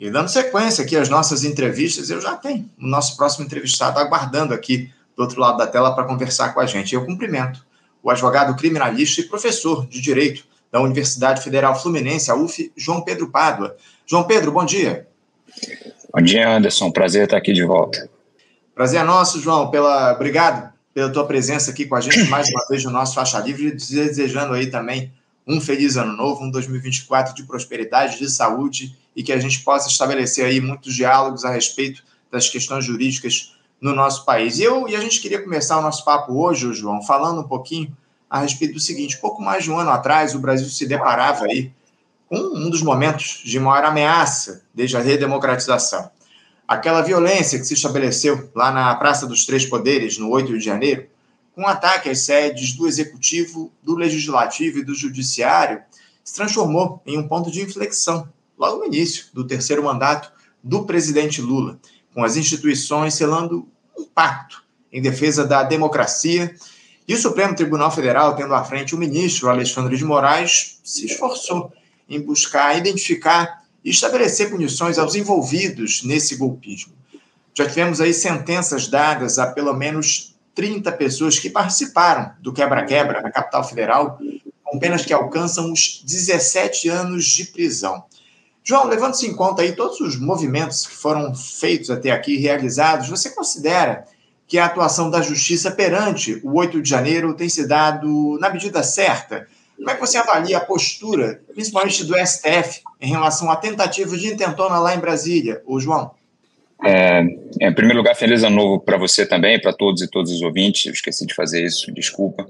E dando sequência aqui às nossas entrevistas, eu já tenho o nosso próximo entrevistado aguardando aqui do outro lado da tela para conversar com a gente. Eu cumprimento o advogado criminalista e professor de Direito da Universidade Federal Fluminense, a UF, João Pedro Pádua. João Pedro, bom dia. Bom dia, Anderson. Prazer estar aqui de volta. Prazer é nosso, João. Obrigado pela tua presença aqui com a gente mais uma vez no nosso Faixa Livre, desejando aí também um feliz ano novo, um 2024 de prosperidade, de saúde e que a gente possa estabelecer aí muitos diálogos a respeito das questões jurídicas no nosso país. E a gente queria começar o nosso papo hoje, João, falando um pouquinho a respeito do seguinte: pouco mais de um ano atrás, o Brasil se deparava aí com um dos momentos de maior ameaça desde a redemocratização. Aquela violência que se estabeleceu lá na Praça dos Três Poderes, no 8 de janeiro, com um ataque às sedes do Executivo, do Legislativo e do Judiciário, se transformou em um ponto de inflexão, logo no início do terceiro mandato do presidente Lula, com as instituições selando um pacto em defesa da democracia, e o Supremo Tribunal Federal, tendo à frente o ministro Alexandre de Moraes, se esforçou em buscar identificar e estabelecer punições aos envolvidos nesse golpismo. Já tivemos aí sentenças dadas a pelo menos 30 pessoas que participaram do quebra-quebra na capital federal, com penas que alcançam os 17 anos de prisão. João, levando-se em conta aí todos os movimentos que foram feitos até aqui, realizados, você considera que a atuação da Justiça perante o 8 de janeiro tem se dado na medida certa? Como é que você avalia a postura, principalmente do STF, em relação à tentativa de intentona lá em Brasília, João? Em primeiro lugar, feliz ano novo para você também, para todos e todos os ouvintes. Eu esqueci de fazer isso, desculpa.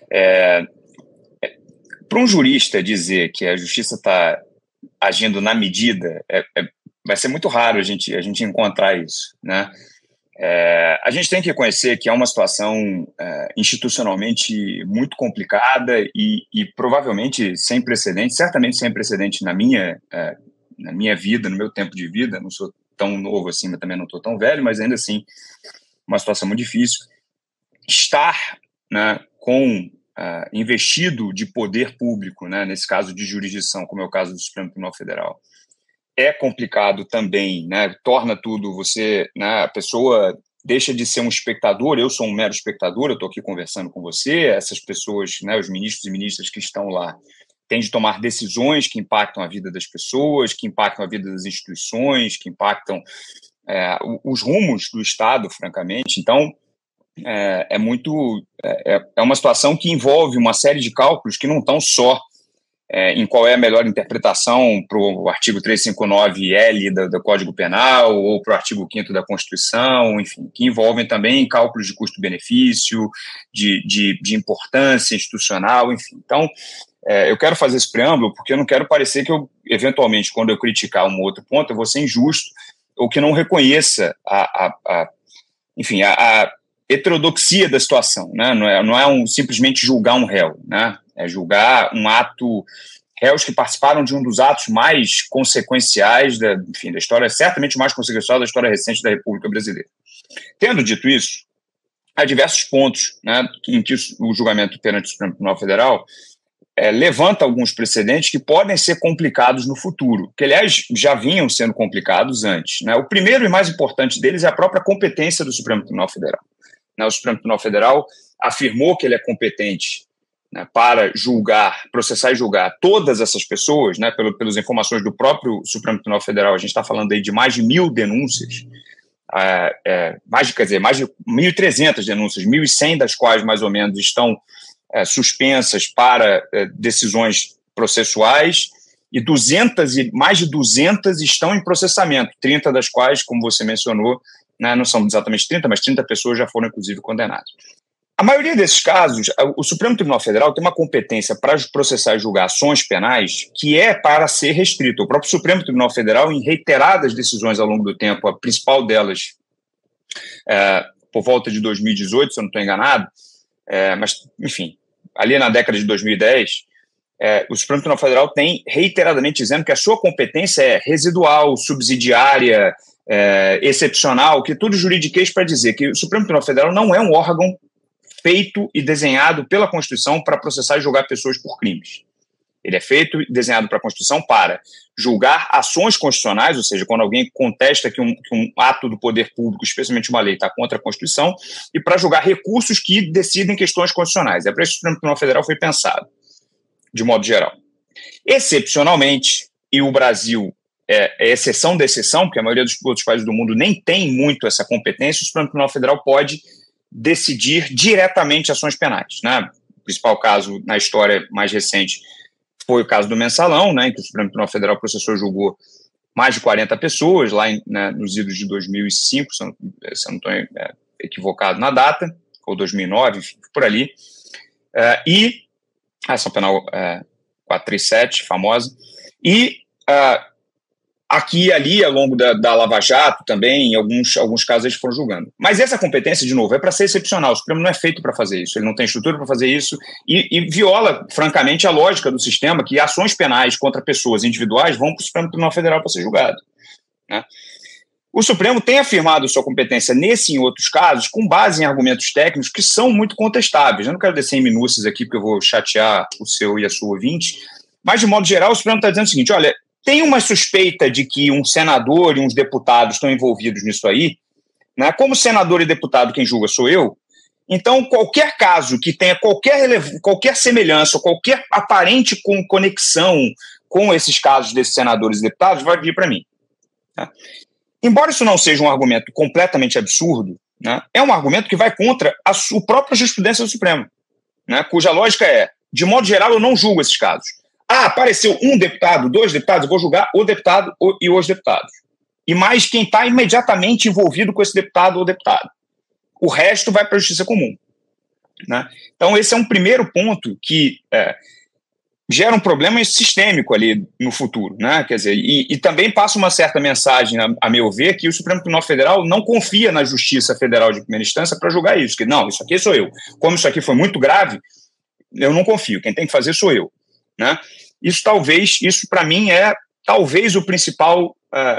Para um jurista dizer que a Justiça está agindo na medida, vai ser muito raro a gente encontrar isso, né? A gente tem que reconhecer que é uma situação institucionalmente muito complicada e provavelmente sem precedente, certamente sem precedente na minha vida, no meu tempo de vida. Não sou tão novo assim, mas também não estou tão velho, mas ainda assim uma situação muito difícil. Estar, né, investido de poder público, né, nesse caso de jurisdição, como é o caso do Supremo Tribunal Federal, é complicado também, né? Torna tudo né, a pessoa deixa de ser um espectador. Eu sou um mero espectador, eu estou aqui conversando com você. Essas pessoas, né, os ministros e ministras que estão lá, têm de tomar decisões que impactam a vida das pessoas, que impactam a vida das instituições, que impactam os rumos do Estado, francamente. Então, é uma situação que envolve uma série de cálculos que não estão só em qual é a melhor interpretação para o artigo 359L do Código Penal ou para o artigo 5º da Constituição, enfim, que envolvem também cálculos de custo-benefício, de importância institucional, enfim. Então, eu quero fazer esse preâmbulo porque eu não quero parecer que eu, eventualmente, quando eu criticar um outro ponto, eu vou ser injusto ou que não reconheça a heterodoxia da situação, né? Não é simplesmente julgar um réu, né? É julgar um ato, réus que participaram de um dos atos mais consequenciais da história, certamente o mais consequencial da história recente da República Brasileira. Tendo dito isso, há diversos pontos, né, em que o julgamento perante o Supremo Tribunal Federal levanta alguns precedentes que podem ser complicados no futuro, que, aliás, já vinham sendo complicados antes, né? O primeiro e mais importante deles é a própria competência do Supremo Tribunal Federal. O Supremo Tribunal Federal afirmou que ele é competente, né, para processar e julgar todas essas pessoas, né, pelas informações do próprio Supremo Tribunal Federal. A gente está falando aí de mais de 1.000 denúncias, mais de 1.300 denúncias, 1.100 das quais, mais ou menos, estão suspensas para decisões processuais e mais de 200 estão em processamento, 30 das quais, como você mencionou, né, não são exatamente 30, mas 30 pessoas já foram, inclusive, condenadas. A maioria desses casos, o Supremo Tribunal Federal tem uma competência para processar e julgar ações penais que é para ser restrita. O próprio Supremo Tribunal Federal, em reiteradas decisões ao longo do tempo, a principal delas por volta de 2018, se eu não estou enganado, mas, enfim, ali na década de 2010, o Supremo Tribunal Federal tem reiteradamente dizendo que a sua competência é residual, subsidiária, excepcional, que tudo juridiquês para dizer que o Supremo Tribunal Federal não é um órgão feito e desenhado pela Constituição para processar e julgar pessoas por crimes. Ele é feito e desenhado para a Constituição para julgar ações constitucionais, ou seja, quando alguém contesta que um ato do poder público, especialmente uma lei, está contra a Constituição, e para julgar recursos que decidem questões constitucionais. É para isso que o Supremo Tribunal Federal foi pensado, de modo geral. Excepcionalmente, e o Brasil é exceção da exceção, porque a maioria dos outros países do mundo nem tem muito essa competência, o Supremo Tribunal Federal pode decidir diretamente ações penais, né? O principal caso na história mais recente foi o caso do Mensalão, né, em que o Supremo Tribunal Federal processou e julgou mais de 40 pessoas, lá nos idos de 2005, se eu não estou equivocado na data, ou 2009, enfim, por ali, e a ação penal 437, famosa, e aqui e ali, ao longo da Lava Jato também, em alguns casos eles foram julgando. Mas essa competência, de novo, é para ser excepcional. O Supremo não é feito para fazer isso, ele não tem estrutura para fazer isso e viola, francamente, a lógica do sistema que ações penais contra pessoas individuais vão para o Supremo Tribunal Federal para ser julgado, né? O Supremo tem afirmado sua competência nesse e em outros casos com base em argumentos técnicos que são muito contestáveis. Eu não quero descer em minúcias aqui porque eu vou chatear o seu e a sua ouvinte, mas, de modo geral, o Supremo está dizendo o seguinte: olha, tem uma suspeita de que um senador e uns deputados estão envolvidos nisso aí, né? Como senador e deputado quem julga sou eu, então qualquer caso que tenha qualquer semelhança ou qualquer aparente conexão com esses casos desses senadores e deputados vai vir para mim, tá? Embora isso não seja um argumento completamente absurdo, né, é um argumento que vai contra a própria jurisprudência do Supremo, né, cuja lógica é, de modo geral, eu não julgo esses casos. Apareceu um deputado, dois deputados, eu vou julgar o deputado e os deputados. E mais quem está imediatamente envolvido com esse deputado ou deputado. O resto vai para a justiça comum, né? Então, esse é um primeiro ponto que gera um problema sistêmico ali no futuro, né? Quer dizer, e também passa uma certa mensagem, a meu ver, que o Supremo Tribunal Federal não confia na Justiça Federal de primeira instância para julgar isso. Que não, isso aqui sou eu. Como isso aqui foi muito grave, eu não confio. Quem tem que fazer sou eu, né? Isso para mim é talvez a principal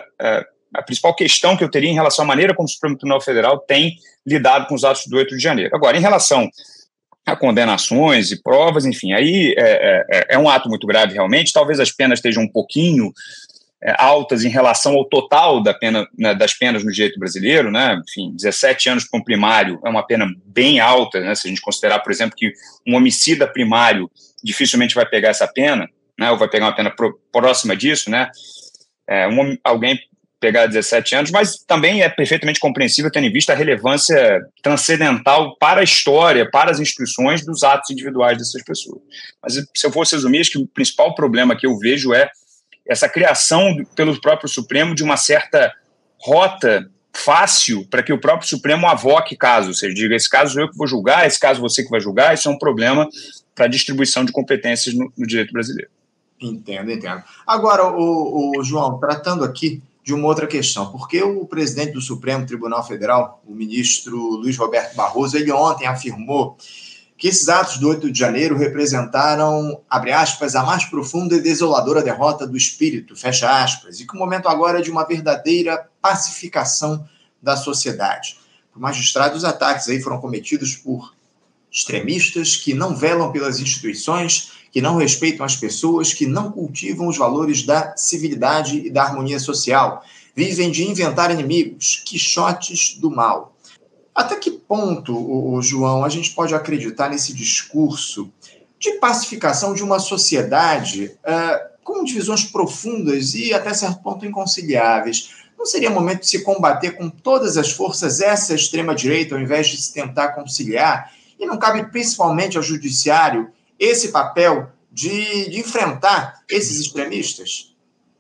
questão que eu teria em relação à maneira como o Supremo Tribunal Federal tem lidado com os atos do 8 de janeiro. Agora, em relação a condenações e provas, enfim, aí é um ato muito grave realmente, talvez as penas estejam um pouquinho altas em relação ao total das penas no direito brasileiro, né? Enfim, 17 anos para um primário é uma pena bem alta, né? Se a gente considerar, por exemplo, que um homicida primário dificilmente vai pegar essa pena, né? Ou vai pegar uma pena próxima disso, né? Alguém pegar 17 anos, mas também é perfeitamente compreensível tendo em vista a relevância transcendental para a história, para as instituições dos atos individuais dessas pessoas. Mas se eu fosse resumir, acho que o principal problema que eu vejo é essa criação pelo próprio Supremo de uma certa rota fácil para que o próprio Supremo avoque caso, ou seja, diga, esse caso eu que vou julgar, esse caso você que vai julgar, isso é um problema para a distribuição de competências no direito brasileiro. Entendo. Agora, o João, tratando aqui de uma outra questão, porque o presidente do Supremo Tribunal Federal, o ministro Luiz Roberto Barroso, ele ontem afirmou que esses atos do 8 de janeiro representaram, abre aspas, a mais profunda e desoladora derrota do espírito, fecha aspas, e que o momento agora é de uma verdadeira pacificação da sociedade. Por magistrados, os ataques aí foram cometidos por extremistas que não velam pelas instituições, que não respeitam as pessoas, que não cultivam os valores da civilidade e da harmonia social, vivem de inventar inimigos, quixotes do mal. Até que ponto, João, a gente pode acreditar nesse discurso de pacificação de uma sociedade com divisões profundas e até certo ponto inconciliáveis? Não seria momento de se combater com todas as forças essa extrema-direita ao invés de se tentar conciliar? E não cabe principalmente ao judiciário esse papel de enfrentar esses extremistas?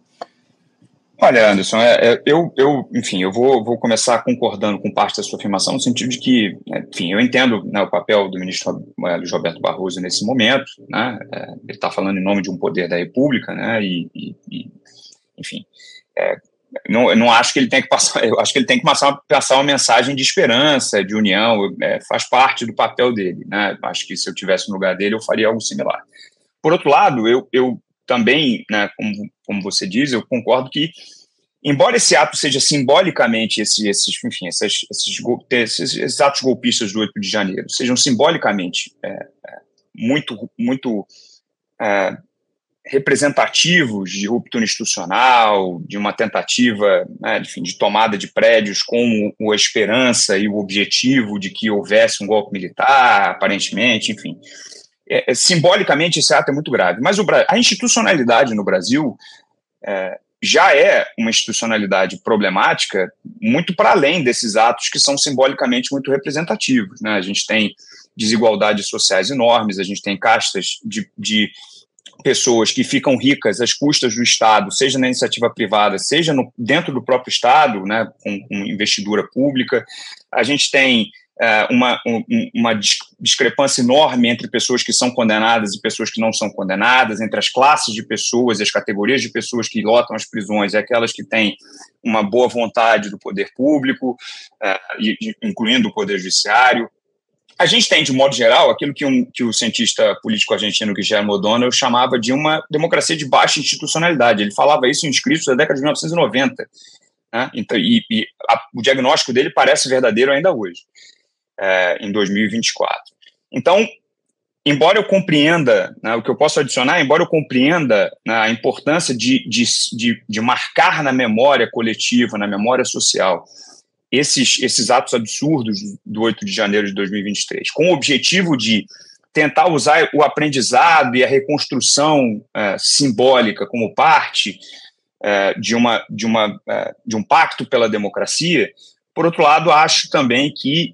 Olha, Anderson, enfim, eu vou começar concordando com parte da sua afirmação, no sentido de que, enfim, eu entendo, né, o papel do ministro Luiz Roberto Barroso nesse momento, né, ele está falando em nome de um poder da República, né, enfim, não acho que ele tem que passar, eu acho que ele tem que passar uma mensagem de esperança, de união, faz parte do papel dele, né, acho que se eu tivesse no lugar dele eu faria algo similar. Por outro lado, eu também, né, como você diz, eu concordo que, embora esse ato seja simbolicamente, esses atos golpistas do 8 de janeiro sejam simbolicamente muito representativos de ruptura institucional, de uma tentativa, né, enfim, de tomada de prédios com a esperança e o objetivo de que houvesse um golpe militar, aparentemente, enfim. Simbolicamente, esse ato é muito grave. Mas a institucionalidade no Brasil já é uma institucionalidade problemática muito para além desses atos que são simbolicamente muito representativos, né? A gente tem desigualdades sociais enormes, a gente tem castas de pessoas que ficam ricas às custas do Estado, seja na iniciativa privada, seja dentro do próprio Estado, né, com investidura pública. A gente tem uma discrepância enorme entre pessoas que são condenadas e pessoas que não são condenadas, entre as classes de pessoas e as categorias de pessoas que lotam as prisões e aquelas que têm uma boa vontade do poder público, incluindo o poder judiciário. A gente tem, de modo geral, aquilo que o cientista político argentino Guillermo O'Donnell chamava de uma democracia de baixa institucionalidade. Ele falava isso em escritos da década de 1990. Né? Então, o diagnóstico dele parece verdadeiro ainda hoje, em 2024. Então, embora eu compreenda, né, o que eu posso adicionar, embora eu compreenda, né, a importância de marcar na memória coletiva, na memória social, esses atos absurdos do 8 de janeiro de 2023, com o objetivo de tentar usar o aprendizado e a reconstrução simbólica como parte de um pacto pela democracia. Por outro lado, acho também que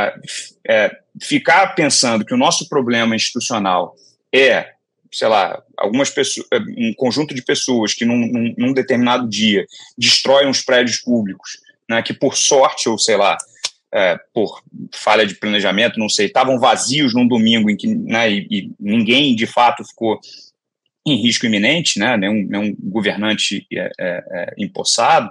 ficar pensando que o nosso problema institucional sei lá, algumas pessoas, um conjunto de pessoas que num determinado dia destroem os prédios públicos, né, que por sorte, ou sei lá, por falha de planejamento, não sei, estavam vazios num domingo em que, né, e ninguém de fato ficou em risco iminente, né, nenhum governante empossado.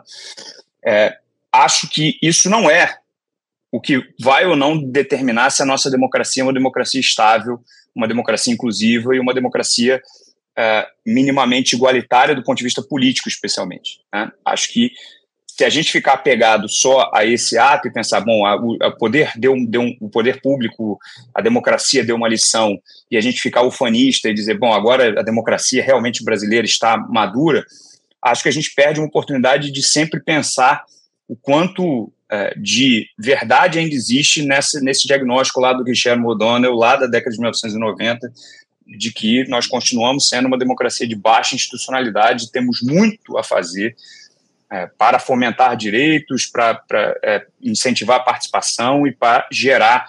Acho que isso não é o que vai ou não determinar se a nossa democracia é uma democracia estável, uma democracia inclusiva e uma democracia minimamente igualitária do ponto de vista político, especialmente, né? Acho que se a gente ficar apegado só a esse ato e pensar, bom, o poder público, a democracia deu uma lição, e a gente ficar ufanista e dizer, bom, agora a democracia realmente brasileira está madura, acho que a gente perde uma oportunidade de sempre pensar o quanto de verdade ainda existe nesse diagnóstico lá do Guillermo O'Donnell, lá da década de 1990, de que nós continuamos sendo uma democracia de baixa institucionalidade, temos muito a fazer para fomentar direitos, para incentivar a participação e para gerar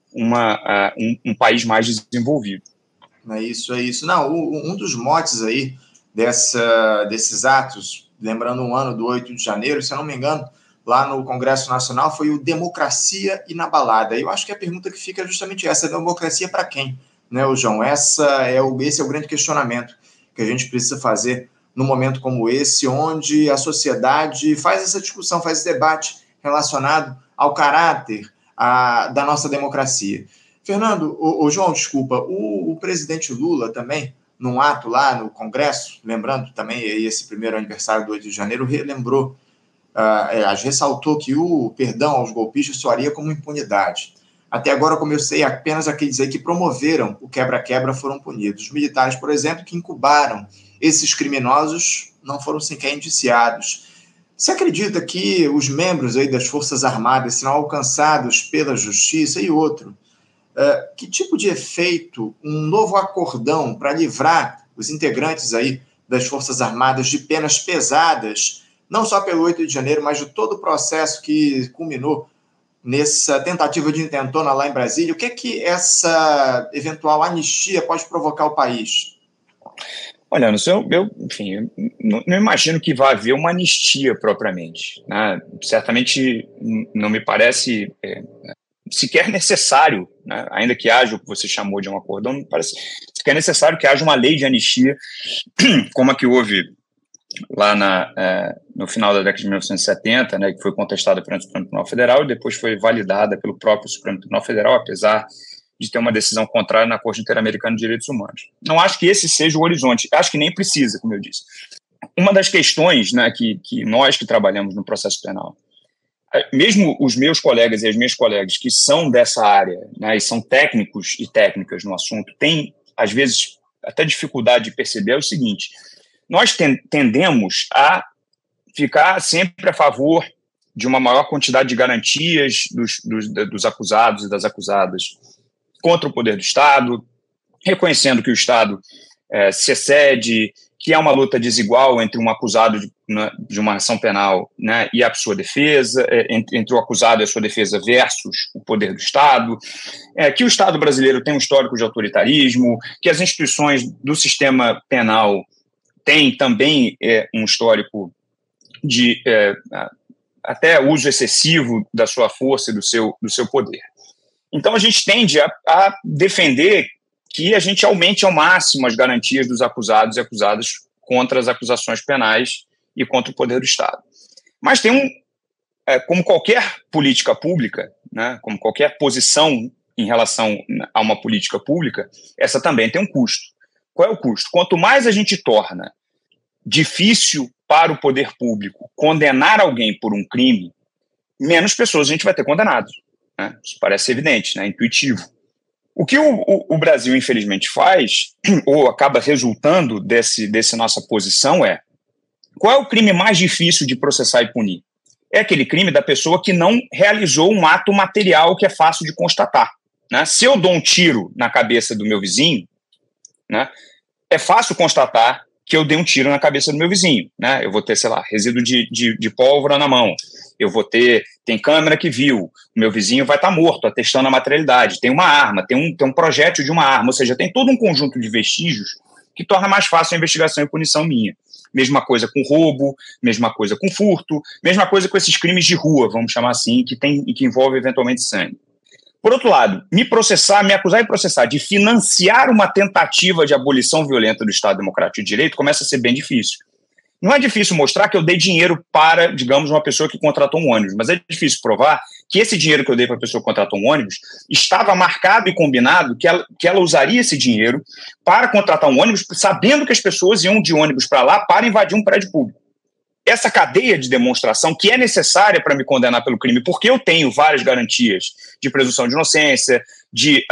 um país mais desenvolvido. É isso. Não, um dos motes aí desses atos, lembrando um ano do 8 de janeiro, se eu não me engano, lá no Congresso Nacional, foi o democracia inabalada. Eu acho que a pergunta que fica é justamente essa: democracia para quem? Né, João? Esse é o grande questionamento que a gente precisa fazer num momento como esse, onde a sociedade faz essa discussão, faz esse debate relacionado ao caráter da nossa democracia. Fernando, João, desculpa, o presidente Lula também, num ato lá no Congresso, lembrando também esse primeiro aniversário do 8 de janeiro, ressaltou que o perdão aos golpistas soaria como impunidade. Até agora, como eu sei, apenas aqueles aí que promoveram o quebra-quebra foram punidos. Os militares, por exemplo, que incubaram esses criminosos, não foram sequer indiciados. Você acredita que os membros aí das Forças Armadas serão alcançados pela justiça? E outro, que tipo de efeito um novo acordão para livrar os integrantes aí das Forças Armadas de penas pesadas, não só pelo 8 de janeiro, mas de todo o processo que culminou nessa tentativa de intentona lá em Brasília? O que essa eventual anistia pode provocar ao país? Olha, enfim, não imagino que vá haver uma anistia propriamente, né? Certamente não me parece sequer necessário, né? Ainda que haja o que você chamou de um acordão, não me parece sequer necessário que haja uma lei de anistia como a que houve lá no final da década de 1970, né, que foi contestada perante o Supremo Tribunal Federal e depois foi validada pelo próprio Supremo Tribunal Federal, apesar de ter uma decisão contrária na Corte Interamericana de Direitos Humanos. Não acho que esse seja o horizonte, acho que nem precisa, como eu disse. Uma das questões, né, que nós que trabalhamos no processo penal, mesmo os meus colegas e as minhas colegas que são dessa área, né, e são técnicos e técnicas no assunto, têm, às vezes, até dificuldade de perceber é o seguinte: nós tendemos a ficar sempre a favor de uma maior quantidade de garantias dos acusados e das acusadas contra o poder do Estado, reconhecendo que o Estado se excede, que é uma luta desigual entre um acusado de uma ação penal, né, e a sua defesa, entre o acusado e a sua defesa versus o poder do Estado, que o Estado brasileiro tem um histórico de autoritarismo, que as instituições do sistema penal têm também um histórico de até uso excessivo da sua força e do seu poder. Então, a gente tende a defender que a gente aumente ao máximo as garantias dos acusados e acusadas contra as acusações penais e contra o poder do Estado. Mas tem como qualquer política pública, né, como qualquer posição em relação a uma política pública, essa também tem um custo. Qual é o custo? Quanto mais a gente torna difícil para o poder público condenar alguém por um crime, menos pessoas a gente vai ter condenados, né? Isso parece evidente, né? Intuitivo. O que o Brasil, infelizmente, faz, ou acaba resultando dessa nossa posição qual é o crime mais difícil de processar e punir? É aquele crime da pessoa que não realizou um ato material que é fácil de constatar, né? Se eu dou um tiro na cabeça do meu vizinho, né, é fácil constatar que eu dei um tiro na cabeça do meu vizinho, né? Eu vou ter, sei lá, resíduo de pólvora na mão, eu vou tem câmera que viu, o meu vizinho vai estar morto, atestando a materialidade, tem uma arma, tem um projétil de uma arma, ou seja, tem todo um conjunto de vestígios que torna mais fácil a investigação e punição minha. Mesma coisa com roubo, mesma coisa com furto, mesma coisa com esses crimes de rua, vamos chamar assim, que envolve eventualmente sangue. Por outro lado, me acusar e processar de financiar uma tentativa de abolição violenta do Estado Democrático de Direito começa a ser bem difícil. Não é difícil mostrar que eu dei dinheiro para, digamos, uma pessoa que contratou um ônibus, mas é difícil provar que esse dinheiro que eu dei para a pessoa que contratou um ônibus estava marcado e combinado que ela usaria esse dinheiro para contratar um ônibus, sabendo que as pessoas iam de ônibus para lá para invadir um prédio público. Essa cadeia de demonstração que é necessária para me condenar pelo crime, porque eu tenho várias garantias de presunção de inocência, de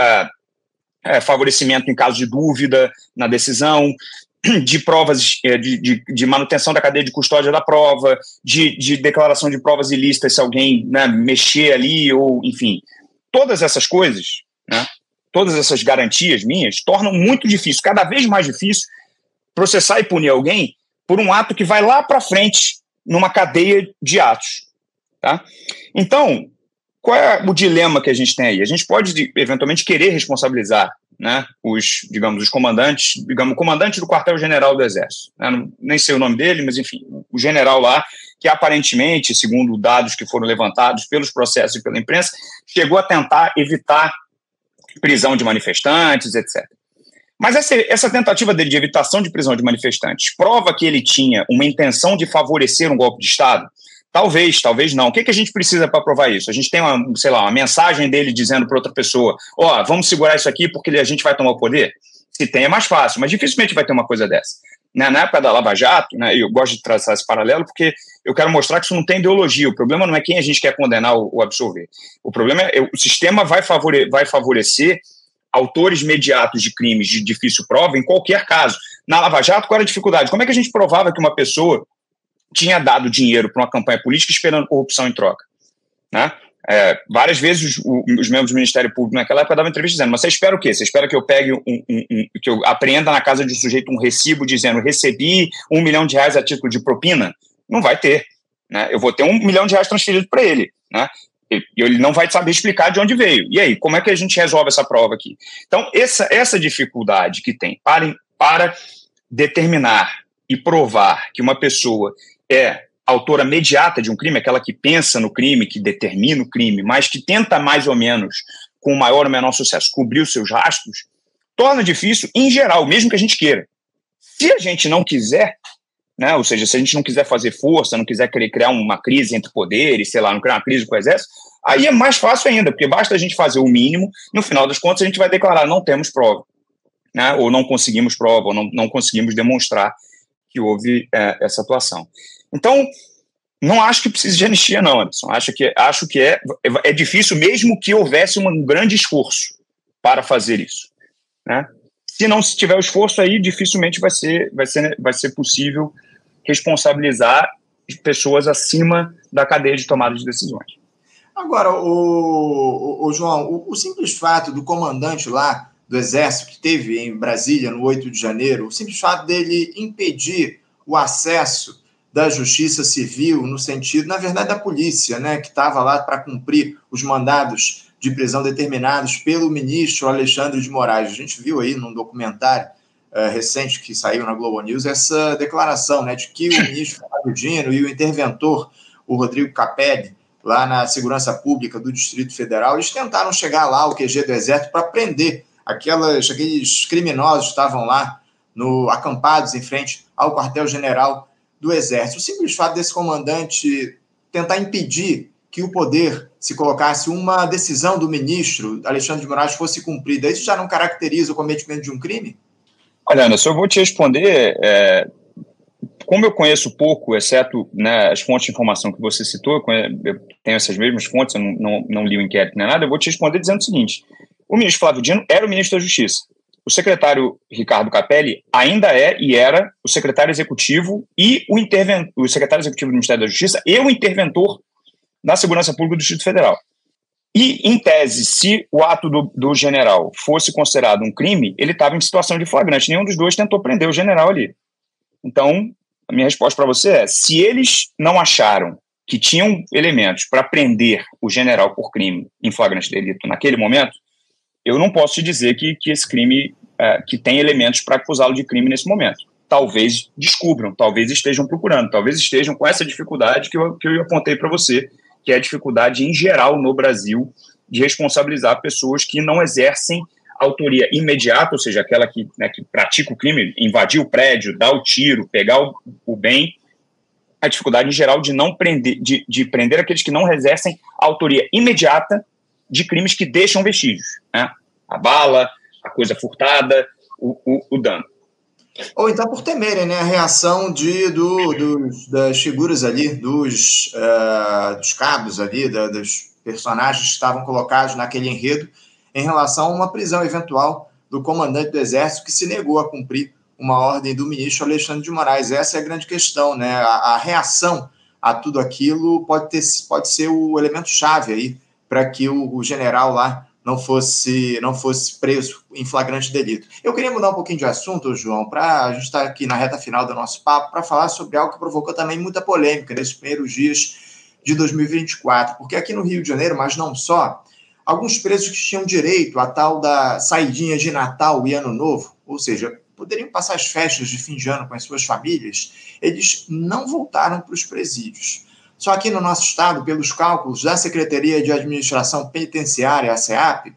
favorecimento em caso de dúvida na decisão, de provas, de manutenção da cadeia de custódia da prova, de declaração de provas ilícitas se alguém, né, mexer ali, ou enfim, todas essas coisas, né, todas essas garantias minhas tornam muito difícil, cada vez mais difícil, processar e punir alguém por um ato que vai lá para frente numa cadeia de atos. Tá? Então, qual é o dilema que a gente tem aí? A gente pode, eventualmente, querer responsabilizar, né, os comandantes, digamos, o comandante do quartel-general do Exército. Né, nem sei o nome dele, mas, enfim, o general lá, que aparentemente, segundo dados que foram levantados pelos processos e pela imprensa, chegou a tentar evitar prisão de manifestantes, etc. Mas essa tentativa dele de evitação de prisão de manifestantes prova que ele tinha uma intenção de favorecer um golpe de Estado? Talvez, talvez não. O que a gente precisa para provar isso? A gente tem uma mensagem dele dizendo para outra pessoa, vamos segurar isso aqui porque a gente vai tomar o poder? Se tem é mais fácil, mas dificilmente vai ter uma coisa dessa. Na época da Lava Jato, né, eu gosto de traçar esse paralelo porque eu quero mostrar que isso não tem ideologia. O problema não é quem a gente quer condenar ou absolver. O problema é o sistema vai favorecer autores imediatos de crimes de difícil prova em qualquer caso. Na Lava Jato, qual era a dificuldade? Como é que a gente provava que uma pessoa tinha dado dinheiro para uma campanha política esperando corrupção em troca? Né? Várias vezes os membros do Ministério Público naquela época davam entrevista dizendo, mas você espera o quê? Você espera que eu pegue que eu apreenda na casa de um sujeito um recibo dizendo recebi R$1 milhão a título de propina? Não vai ter. Né? Eu vou ter R$1 milhão transferido para ele. Né? E ele não vai saber explicar de onde veio. E aí, como é que a gente resolve essa prova aqui? Então, essa dificuldade que tem para determinar e provar que uma pessoa é autora imediata de um crime, aquela que pensa no crime, que determina o crime, mas que tenta mais ou menos, com maior ou menor sucesso, cobrir os seus rastros, torna difícil, em geral, mesmo que a gente queira. Se a gente não quiser, né, ou seja, se a gente não quiser fazer força, não quiser querer criar uma crise entre poderes, sei lá, não criar uma crise com o Exército, aí é mais fácil ainda, porque basta a gente fazer o mínimo, no final das contas a gente vai declarar, não temos prova, né, ou não conseguimos prova, ou não conseguimos demonstrar que houve essa atuação. Então, não acho que precise de anistia, não, Anderson. Acho que é difícil, mesmo que houvesse um grande esforço para fazer isso. Né? Se não se tiver o esforço, aí dificilmente vai ser possível responsabilizar pessoas acima da cadeia de tomada de decisões. Agora, o João, o simples fato do comandante lá do Exército, que teve em Brasília no 8 de janeiro, o simples fato dele impedir o acesso da Justiça Civil, no sentido, na verdade, da polícia, né, que estava lá para cumprir os mandados de prisão determinados pelo ministro Alexandre de Moraes. A gente viu aí num documentário recente que saiu na Globo News essa declaração, né, de que o ministro Flávio Dino e o interventor, o Rodrigo Capelli, lá na Segurança Pública do Distrito Federal, eles tentaram chegar lá ao QG do Exército para prender aqueles criminosos que estavam lá acampados em frente ao quartel-general do Exército. O simples fato desse comandante tentar impedir que o poder se colocasse uma decisão do ministro Alexandre de Moraes fosse cumprida, isso já não caracteriza o cometimento de um crime? Olha, Anderson, eu vou te responder, como eu conheço pouco, exceto, né, as fontes de informação que você citou, eu tenho essas mesmas fontes, eu não li o inquérito nem nada, eu vou te responder dizendo o seguinte: o ministro Flávio Dino era o ministro da Justiça. O secretário Ricardo Capelli ainda é e era o secretário executivo e o secretário executivo do Ministério da Justiça e o interventor da Segurança Pública do Distrito Federal. E, em tese, se o ato do general fosse considerado um crime, ele estava em situação de flagrante. Nenhum dos dois tentou prender o general ali. Então, a minha resposta para você é: se eles não acharam que tinham elementos para prender o general por crime em flagrante delito naquele momento, eu não posso te dizer que esse crime, que tem elementos para acusá-lo de crime nesse momento. Talvez descubram, talvez estejam procurando, talvez estejam com essa dificuldade que eu apontei para você, que é a dificuldade em geral no Brasil de responsabilizar pessoas que não exercem autoria imediata, ou seja, aquela que pratica o crime, invadir o prédio, dar o tiro, pegar o bem, a dificuldade em geral de não prender, de prender aqueles que não exercem autoria imediata de crimes que deixam vestígios, né? A bala, a coisa furtada, o dano. Ou então por temerem, né, a reação das figuras ali, dos cabos ali, dos personagens que estavam colocados naquele enredo, em relação a uma prisão eventual do comandante do Exército que se negou a cumprir uma ordem do ministro Alexandre de Moraes. Essa é a grande questão, né? A reação a tudo aquilo pode ser o elemento-chave aí para que o general lá não fosse preso em flagrante delito. Eu queria mudar um pouquinho de assunto, João, para a gente estar aqui na reta final do nosso papo, para falar sobre algo que provocou também muita polêmica nesses primeiros dias de 2024, porque aqui no Rio de Janeiro, mas não só, alguns presos que tinham direito à tal da saidinha de Natal e Ano Novo, ou seja, poderiam passar as festas de fim de ano com as suas famílias, eles não voltaram para os presídios. Só aqui no nosso estado, pelos cálculos da Secretaria de Administração Penitenciária, a SEAP,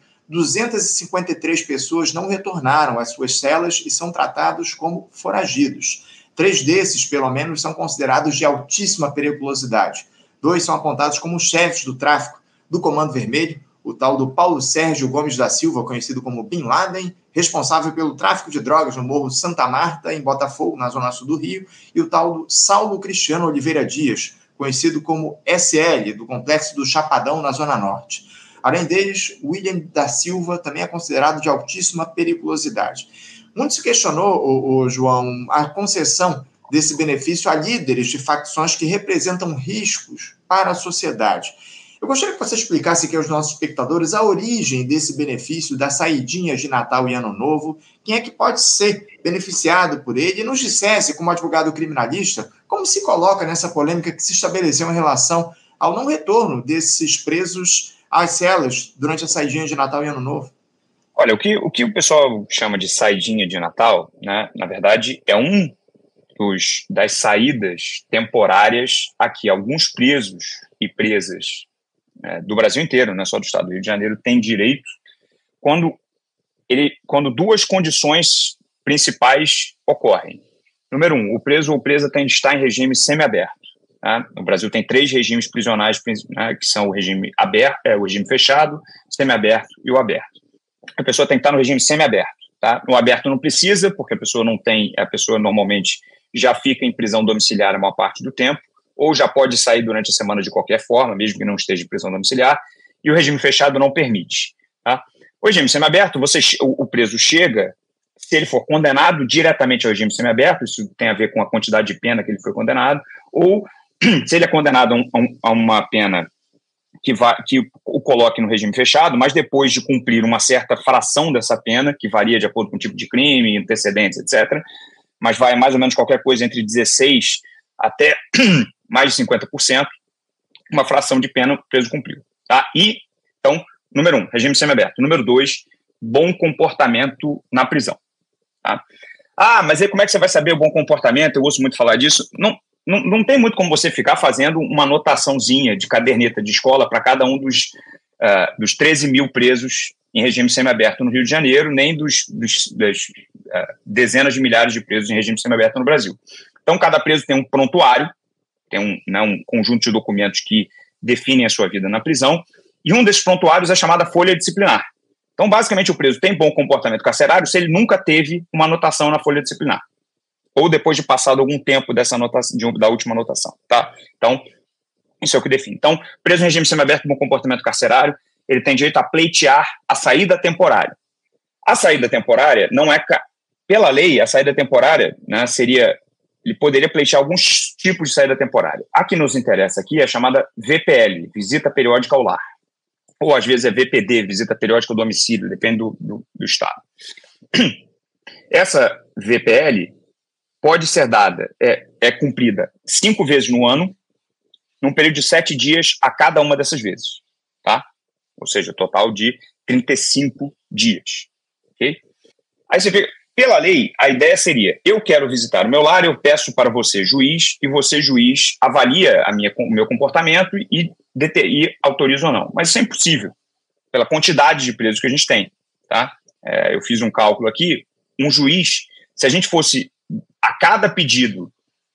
253 pessoas não retornaram às suas celas e são tratados como foragidos. 3 desses, pelo menos, são considerados de altíssima periculosidade. 2 são apontados como chefes do tráfico do Comando Vermelho, o tal do Paulo Sérgio Gomes da Silva, conhecido como Bin Laden, responsável pelo tráfico de drogas no Morro Santa Marta, em Botafogo, na zona sul do Rio, e o tal do Saulo Cristiano Oliveira Dias, conhecido como SL, do Complexo do Chapadão, na Zona Norte. Além deles, William da Silva também é considerado de altíssima periculosidade. Muito se questionou, João, a concessão desse benefício a líderes de facções que representam riscos para a sociedade. Eu gostaria que você explicasse aqui aos nossos espectadores a origem desse benefício da saidinha de Natal e Ano Novo, quem é que pode ser beneficiado por ele, e nos dissesse, como advogado criminalista, como se coloca nessa polêmica que se estabeleceu em relação ao não retorno desses presos às celas durante a saidinha de Natal e Ano Novo. Olha, o que o pessoal chama de saidinha de Natal, né, na verdade, é das saídas temporárias a que alguns presos e presas do Brasil inteiro, não é só do estado do Rio de Janeiro, têm direito quando 2 condições principais ocorrem. Número 1, o preso ou presa tem de estar em regime semiaberto. Tá? No Brasil tem 3 regimes prisionais, né, que são o regime aberto, o regime fechado, semiaberto e o aberto. A pessoa tem que estar no regime semiaberto. Tá? No aberto não precisa, porque a pessoa normalmente já fica em prisão domiciliar a maior parte do tempo, ou já pode sair durante a semana de qualquer forma, mesmo que não esteja em prisão domiciliar, e o regime fechado não permite. Tá? O regime semiaberto, o preso chega se ele for condenado diretamente ao regime semiaberto, isso tem a ver com a quantidade de pena que ele foi condenado, ou se ele é condenado a uma pena que o coloque no regime fechado, mas depois de cumprir uma certa fração dessa pena, que varia de acordo com o tipo de crime, antecedentes, etc., mas vai mais ou menos qualquer coisa entre 16% até mais de 50%, uma fração de pena o preso cumpriu. Tá? E, então, número 1, regime semiaberto. Número 2, bom comportamento na prisão. Tá? Mas aí como é que você vai saber o bom comportamento? Eu ouço muito falar disso. Não tem muito como você ficar fazendo uma anotaçãozinha de caderneta de escola para cada um dos 13 mil presos em regime semiaberto no Rio de Janeiro, nem das dezenas de milhares de presos em regime semiaberto no Brasil. Então, cada preso tem um prontuário, tem um conjunto de documentos que definem a sua vida na prisão, e um desses prontuários é chamada folha disciplinar. Então, basicamente, o preso tem bom comportamento carcerário se ele nunca teve uma anotação na folha disciplinar, ou depois de passado algum tempo dessa anotação, da última anotação. Tá? Então, isso é o que define. Então, preso em regime semiaberto com bom comportamento carcerário, ele tem direito a pleitear a saída temporária. A saída temporária não é... Pela lei, a saída temporária, né, seria... Ele poderia pleitear alguns tipos de saída temporária. A que nos interessa aqui é a chamada VPL, Visita Periódica ao Lar. Ou, às vezes, é VPD, Visita Periódica ao Domicílio, depende do estado. Essa VPL pode ser dada, é cumprida 5 vezes no ano, num período de 7 dias a cada uma dessas vezes. Tá? Ou seja, total de 35 dias. Okay? Aí você vê, pela lei, a ideia seria, eu quero visitar o meu lar, eu peço para você, juiz, e você, juiz, avalia o meu comportamento e autoriza ou não. Mas isso é impossível, pela quantidade de presos que a gente tem. Tá? Eu fiz um cálculo aqui, um juiz, se a gente fosse a cada pedido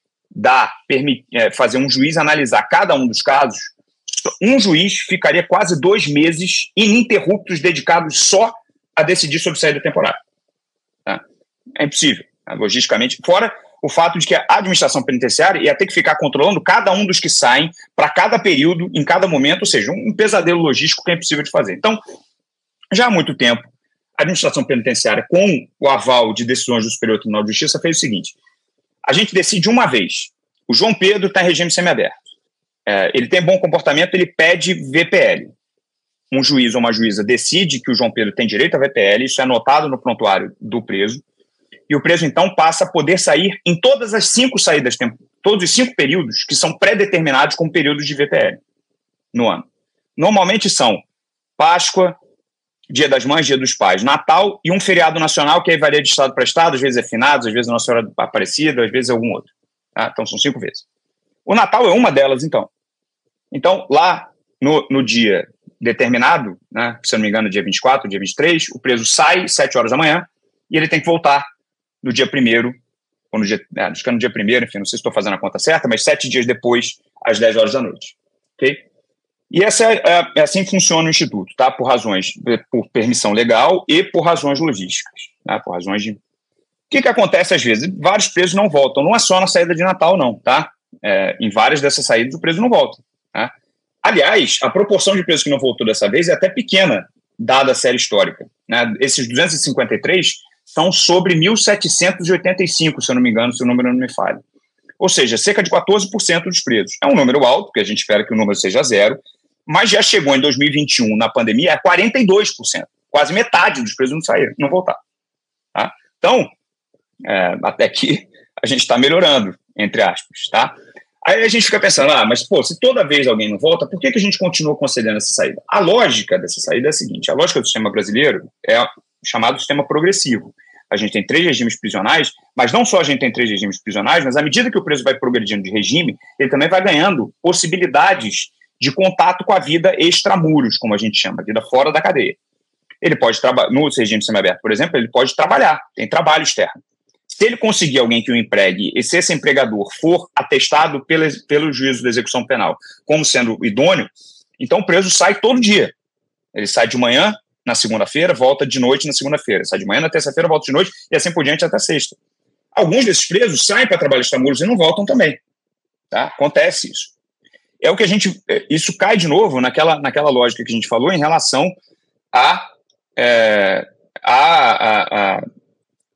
fazer um juiz analisar cada um dos casos, um juiz ficaria quase 2 meses ininterruptos dedicados só a decidir sobre saída temporária. Tá? É impossível, logisticamente, fora o fato de que a administração penitenciária ia ter que ficar controlando cada um dos que saem para cada período, em cada momento, ou seja, um pesadelo logístico que é impossível de fazer. Então, já há muito tempo, a administração penitenciária, com o aval de decisões do Superior Tribunal de Justiça, fez o seguinte: a gente decide uma vez, o João Pedro está em regime semiaberto, ele tem bom comportamento, ele pede VPL. Um juiz ou uma juíza decide que o João Pedro tem direito a VPL, isso é anotado no prontuário do preso, e o preso, então, passa a poder sair em todas as 5 saídas, todos os 5 períodos que são pré-determinados como períodos de VPL no ano. Normalmente são Páscoa, Dia das Mães, Dia dos Pais, Natal e um feriado nacional que aí varia de estado para estado, às vezes é finados, às vezes Nossa Senhora Aparecida, às vezes é algum outro. Tá? Então, são 5 vezes. O Natal é uma delas, então. Então, lá no dia determinado, né, se eu não me engano, dia 24, dia 23, o preso sai 7 horas da manhã e ele tem que voltar no dia 1º, ou no dia, acho que é no dia 1º, enfim, não sei se estou fazendo a conta certa, mas 7 dias depois, às 10 horas da noite. Ok? E assim funciona o Instituto, tá? Por permissão legal e por razões logísticas. Tá? Por razões de... O que acontece às vezes? Vários presos não voltam, não é só na saída de Natal, não, tá? Em várias dessas saídas o preso não volta. Tá? Aliás, a proporção de presos que não voltou dessa vez é até pequena, dada a série histórica. Né? Esses 253 são sobre 1.785, se eu não me engano, se o número não me falha. Ou seja, cerca de 14% dos presos. É um número alto, porque a gente espera que o número seja 0, mas já chegou em 2021, na pandemia, a 42%. Quase metade dos presos não saíram, não voltaram. Tá? Então, até que a gente está melhorando, entre aspas. Tá? Aí a gente fica pensando, mas se toda vez alguém não volta, por que a gente continua concedendo essa saída? A lógica dessa saída é a seguinte: a lógica do sistema brasileiro é chamado sistema progressivo. A gente tem 3 regimes prisionais, mas não só a gente tem 3 regimes prisionais, mas à medida que o preso vai progredindo de regime, ele também vai ganhando possibilidades de contato com a vida extramuros, como a gente chama, a vida fora da cadeia. Ele pode trabalhar, no regime semiaberto, por exemplo, ele pode trabalhar, tem trabalho externo. Se ele conseguir alguém que o empregue, e se esse empregador for atestado pelo juízo de execução penal como sendo idôneo, então o preso sai todo dia. Ele sai de manhã, na segunda-feira, volta de noite na segunda-feira. Sai de manhã na terça-feira, volta de noite, e assim por diante até sexta. Alguns desses presos saem para trabalhar extramuros e não voltam também. Tá? Acontece isso. É o que isso cai de novo naquela lógica que a gente falou em relação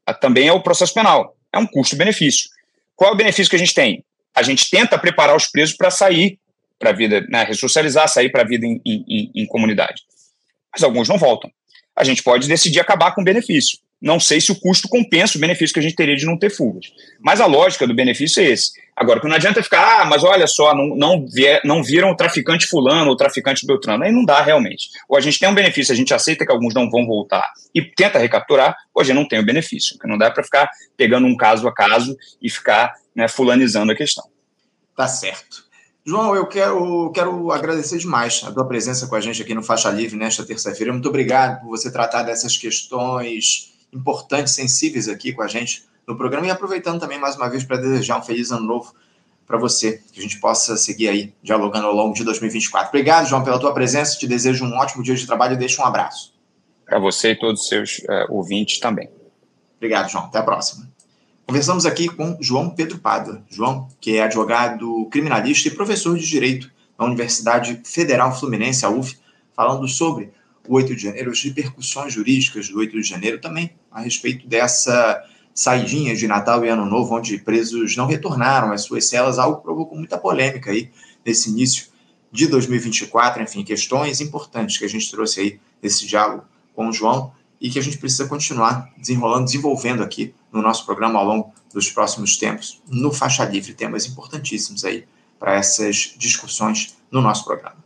também é o processo penal. É um custo-benefício. Qual é o benefício que a gente tem? A gente tenta preparar os presos para sair para a vida, né, ressocializar, sair para a vida em comunidade. Mas alguns não voltam. A gente pode decidir acabar com o benefício. Não sei se o custo compensa o benefício que a gente teria de não ter fugas. Mas a lógica do benefício é esse. Agora, que não adianta ficar, mas olha só, não viram o traficante fulano ou o traficante beltrano. Aí não dá realmente. Ou a gente tem um benefício, a gente aceita que alguns não vão voltar e tenta recapturar, ou a gente não tem o benefício. Porque não dá para ficar pegando um caso a caso e ficar, né, fulanizando a questão. Tá certo. João, eu quero agradecer demais a tua presença com a gente aqui no Faixa Livre nesta terça-feira. Muito obrigado por você tratar dessas questões importantes, sensíveis aqui com a gente no programa, e aproveitando também mais uma vez para desejar um feliz ano novo para você, que a gente possa seguir aí dialogando ao longo de 2024. Obrigado, João, pela tua presença, te desejo um ótimo dia de trabalho e deixo um abraço. Para você e todos os seus ouvintes também. Obrigado, João. Até a próxima. Conversamos aqui com João Pedro Pádua. João, que é advogado criminalista e professor de Direito na Universidade Federal Fluminense, a UF, falando sobre o 8 de janeiro, as repercussões jurídicas do 8 de janeiro, também a respeito dessa saidinha de Natal e Ano Novo, onde presos não retornaram às suas celas, algo que provocou muita polêmica aí nesse início de 2024, enfim, questões importantes que a gente trouxe aí nesse diálogo com o João e que a gente precisa continuar desenvolvendo aqui no nosso programa ao longo dos próximos tempos, no Faixa Livre, temas importantíssimos aí para essas discussões no nosso programa.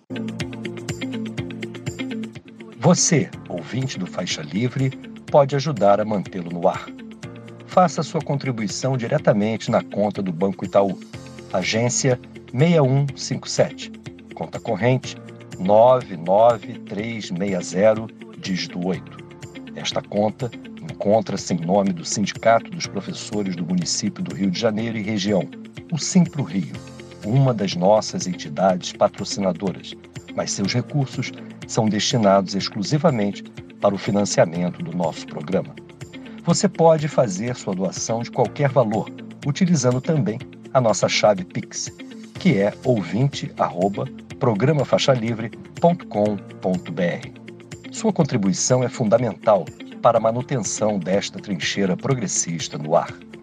Você, ouvinte do Faixa Livre, pode ajudar a mantê-lo no ar. Faça sua contribuição diretamente na conta do Banco Itaú, agência 6157, conta corrente 99360, dígito 8. Esta conta encontra-se em nome do Sindicato dos Professores do Município do Rio de Janeiro e Região, o Simpro Rio, uma das nossas entidades patrocinadoras, mas seus recursos são destinados exclusivamente para o financiamento do nosso programa. Você pode fazer sua doação de qualquer valor, utilizando também a nossa chave Pix, que é ouvinte@programafaixalivre.com.br. Sua contribuição é fundamental para a manutenção desta trincheira progressista no ar.